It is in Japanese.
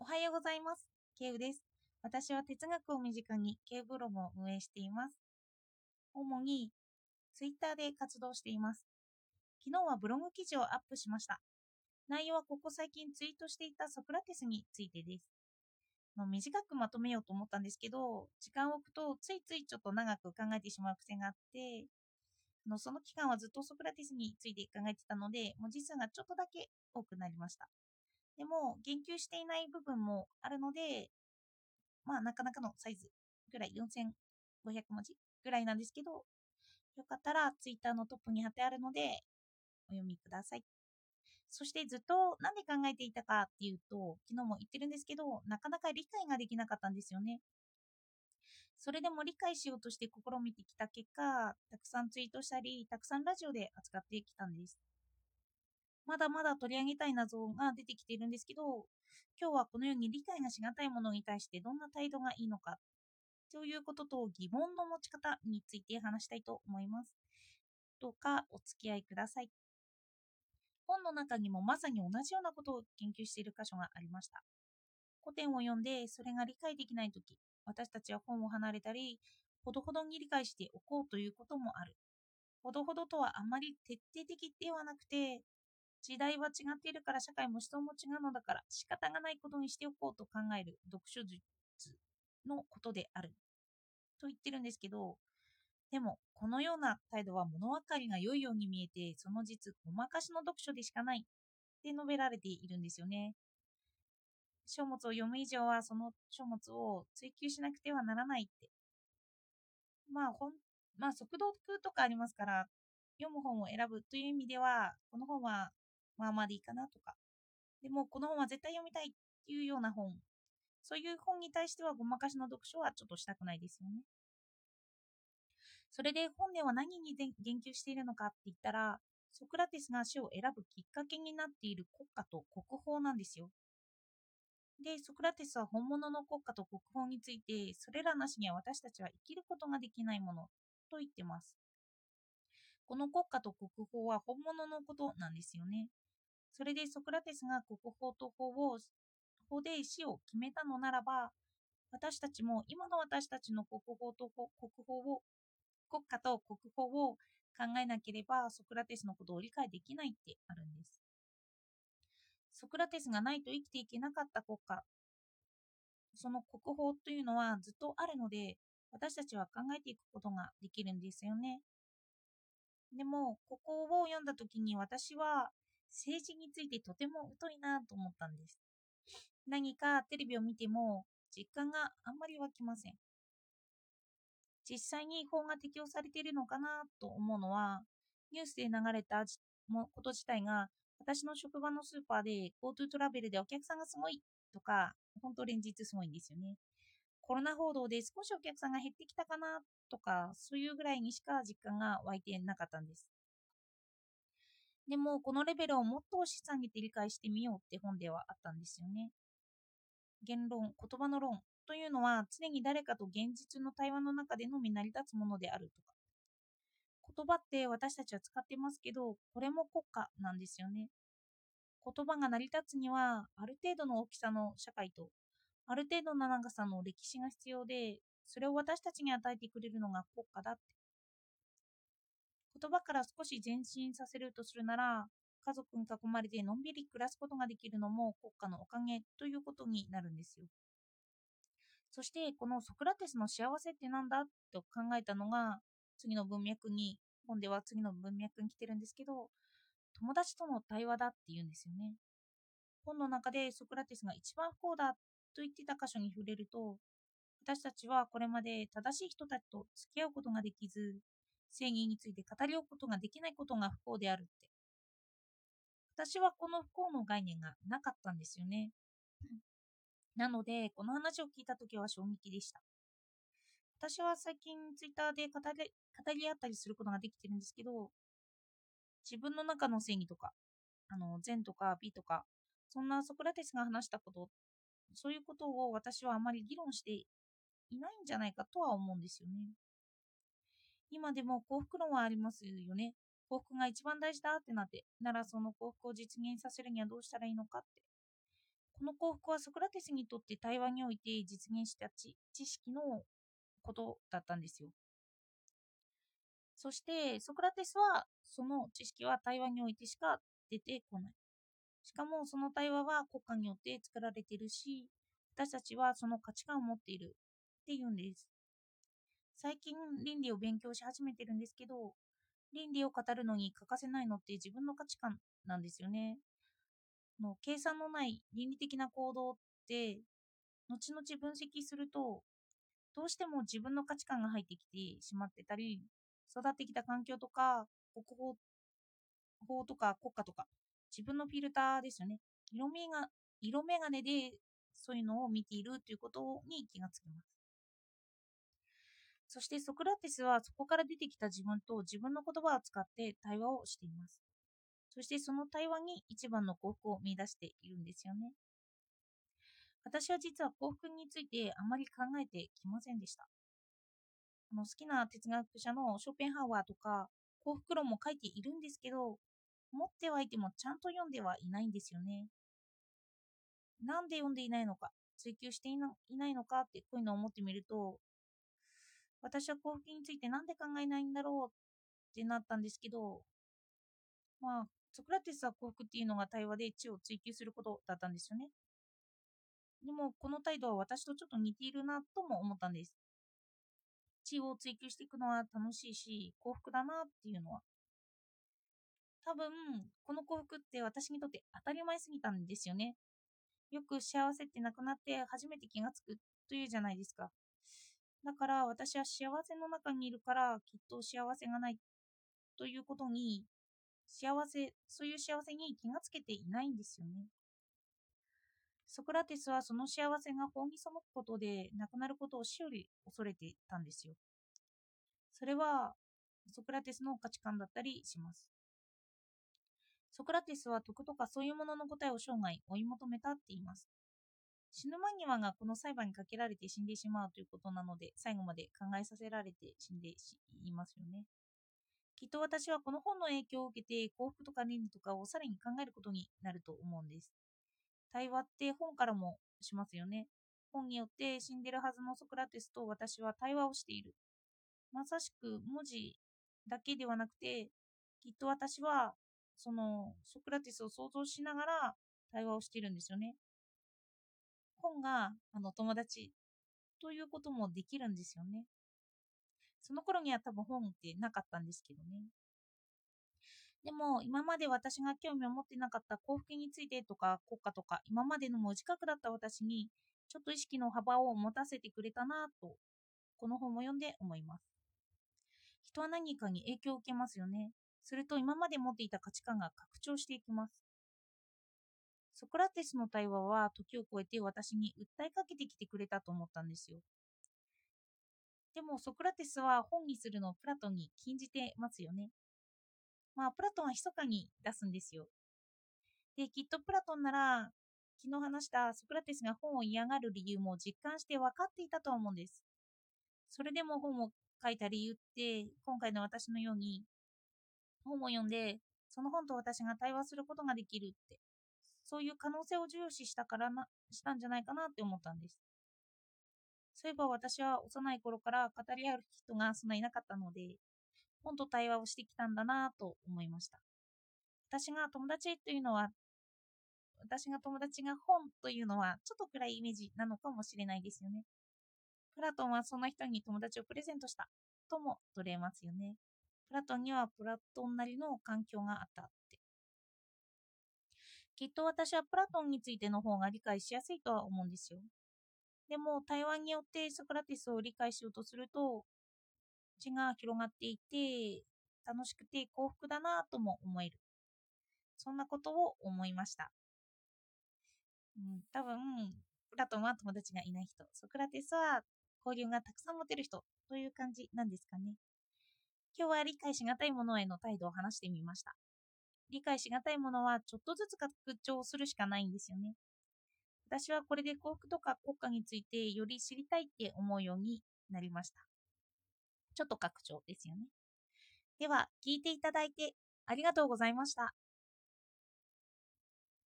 おはようございます。ケウです。私は哲学を身近にケウブログを運営しています。主にツイッターで活動しています。昨日はブログ記事をアップしました。内容はここ最近ツイートしていたソクラテスについてです。短くまとめようと思ったんですけど、時間を置くとついついちょっと長く考えてしまう癖があって、その期間はずっとソクラテスについて考えてたので、文字数がちょっとだけ多くなりました。でも、言及していない部分もあるので、なかなかのサイズぐらい、4500文字ぐらいなんですけど、よかったら Twitter のトップに貼ってあるので、お読みください。そしてずっとなんで考えていたかっていうと、昨日も言ってるんですけど、なかなか理解ができなかったんですよね。それでも理解しようとして試みてきた結果、たくさんツイートしたり、たくさんラジオで扱ってきたんです。まだまだ取り上げたい謎が出てきているんですけど、今日はこのように理解がしがたいものに対してどんな態度がいいのかということと疑問の持ち方について話したいと思います。どうかお付き合いください。本の中にもまさに同じようなことを研究している箇所がありました。古典を読んでそれが理解できないとき、私たちは本を離れたり、ほどほどに理解しておこうということもある。ほどほどとはあまり徹底的ではなくて、時代は違っているから社会も思想も違うのだから仕方がないことにしておこうと考える読書術のことであると言ってるんですけど、でもこのような態度は物分かりが良いように見えて、その実ごまかしの読書でしかないって述べられているんですよね。書物を読む以上はその書物を追求しなくてはならないって。まあ本速読とかありますから、読む本を選ぶという意味ではこの本はまあまあでいいかなとか、でもこの本は絶対読みたいっていうような本、そういう本に対してはごまかしの読書はちょっとしたくないですよね。それで本では何に言及しているのかって言ったら、ソクラテスが死を選ぶきっかけになっている国家と国宝なんですよ。で、ソクラテスは本物の国家と国宝について、それらなしには私たちは生きることができないものと言ってます。この国家と国宝は本物のことなんですよね。それでソクラテスが国宝と法で死を決めたのならば、私たちも今の私たちの国宝を国家と国宝を考えなければソクラテスのことを理解できないってあるんです。ソクラテスがないと生きていけなかった国家、その国宝というのはずっとあるので、私たちは考えていくことができるんですよね。でも、ここを読んだ時に私は政治についてとても疎いなと思ったんです。何かテレビを見ても実感があんまり湧きません。実際に法が適用されているのかなと思うのは、ニュースで流れたこと自体が、私の職場のスーパーで GoTo トラベルでお客さんがすごいとか、本当連日すごいんですよね。コロナ報道で少しお客さんが減ってきたかなとか、そういうぐらいにしか実感が湧いてなかったんです。でも、このレベルをもっと押し下げて理解してみようって本ではあったんですよね。言葉の論というのは常に誰かと現実の対話の中でのみ成り立つものであるとか。言葉って私たちは使ってますけど、これも国家なんですよね。言葉が成り立つには、ある程度の大きさの社会と、ある程度の長さの歴史が必要で、それを私たちに与えてくれるのが国家だって。言葉から少し前進させるとするなら、家族に囲まれてのんびり暮らすことができるのも国家のおかげということになるんですよ。そしてこのソクラテスの幸せってなんだと考えたのが次の文脈に、本では次の文脈に来てるんですけど、友達との対話だって言うんですよね。本の中でソクラテスが一番不幸だと言ってた箇所に触れると、私たちはこれまで正しい人たちと付き合うことができず、正義について語り合うことができないことが不幸であるって。私はこの不幸の概念がなかったんですよね。なので、この話を聞いたときは衝撃でした。私は最近ツイッターで語り合ったりすることができてるんですけど、自分の中の正義とか、善とか美とか、そんなソクラテスが話したこと、そういうことを私はあまり議論していないんじゃないかとは思うんですよね。今でも幸福論はありますよね。幸福が一番大事だってなって、ならその幸福を実現させるにはどうしたらいいのかって。 この幸福はソクラテスにとって対話において実現した知識のことだったんですよ。そしてソクラテスはその知識は対話においてしか出てこない。しかもその対話は国家によって作られているし、私たちはその価値観を持っているっていうんです。最近倫理を勉強し始めてるんですけど、倫理を語るのに欠かせないのって自分の価値観なんですよね。計算のない倫理的な行動って後々分析するとどうしても自分の価値観が入ってきてしまってたり、育ってきた環境とか国法とか国家とか自分のフィルターですよね。色眼鏡でそういうのを見ているということに気がつきます。そしてソクラテスはそこから出てきた自分と自分の言葉を使って対話をしています。そしてその対話に一番の幸福を見出しているんですよね。私は実は幸福についてあまり考えてきませんでした。好きな哲学者のショーペンハウアーとか幸福論も書いているんですけど、持ってはいてもちゃんと読んではいないんですよね。なんで読んでいないのか、追求していないのかってこういうのを思ってみると、私は幸福についてなんで考えないんだろうってなったんですけど、ソクラテスは幸福っていうのが対話で知を追求することだったんですよね。でも、この態度は私とちょっと似ているなとも思ったんです。知を追求していくのは楽しいし、幸福だなっていうのは。多分、この幸福って私にとって当たり前すぎたんですよね。よく幸せってなくなって初めて気がつくというじゃないですか。だから私は幸せの中にいるからきっと幸せがないということにそういう幸せに気がつけていないんですよね。ソクラテスはその幸せが法に背くことでなくなることを死より恐れていたんですよ。それはソクラテスの価値観だったりします。ソクラテスは徳とかそういうものの答えを生涯追い求めたって言います。死ぬ間際がこの裁判にかけられて死んでしまうということなので、最後まで考えさせられて死んでいますよね。きっと私はこの本の影響を受けて幸福とか倫理とかをさらに考えることになると思うんです。対話って本からもしますよね。本によって死んでるはずのソクラテスと私は対話をしている。まさしく文字だけではなくて、きっと私はそのソクラテスを想像しながら対話をしているんですよね。本が友達ということもできるんですよね。その頃には多分本ってなかったんですけどね。でも今まで私が興味を持ってなかった幸福についてとか国家とか今までの無自覚だった私にちょっと意識の幅を持たせてくれたなとこの本を読んで思います。人は何かに影響を受けますよね。すると今まで持っていた価値観が拡張していきます。ソクラテスの対話は時を超えて私に訴えかけてきてくれたと思ったんですよ。でもソクラテスは本にするのをプラトンに禁じてますよね。プラトンは密かに出すんですよ。で、きっとプラトンなら、昨日話したソクラテスが本を嫌がる理由も実感して分かっていたと思うんです。それでも本を書いた理由って、今回の私のように、本を読んで、その本と私が対話することができるって、そういう可能性を重視したんじゃないかなって思ったんです。そういえば私は幼い頃から語り合う人がそんないなかったので、本と対話をしてきたんだなと思いました。私が友達というのは、私が友達が本というのはちょっと暗いイメージなのかもしれないですよね。プラトンはそんな人に友達をプレゼントしたとも取れますよね。プラトンにはプラトンなりの環境があったって。きっと私はプラトンについての方が理解しやすいとは思うんですよ。でも対話によってソクラテスを理解しようとすると知が広がっていて楽しくて幸福だなとも思える。そんなことを思いました。多分プラトンは友達がいない人、ソクラテスは交流がたくさん持てる人という感じなんですかね。今日は理解しがたいものへの態度を話してみました。理解しがたいものはちょっとずつ拡張するしかないんですよね。私はこれで幸福とか国家についてより知りたいって思うようになりました。ちょっと拡張ですよね。では、聞いていただいてありがとうございました。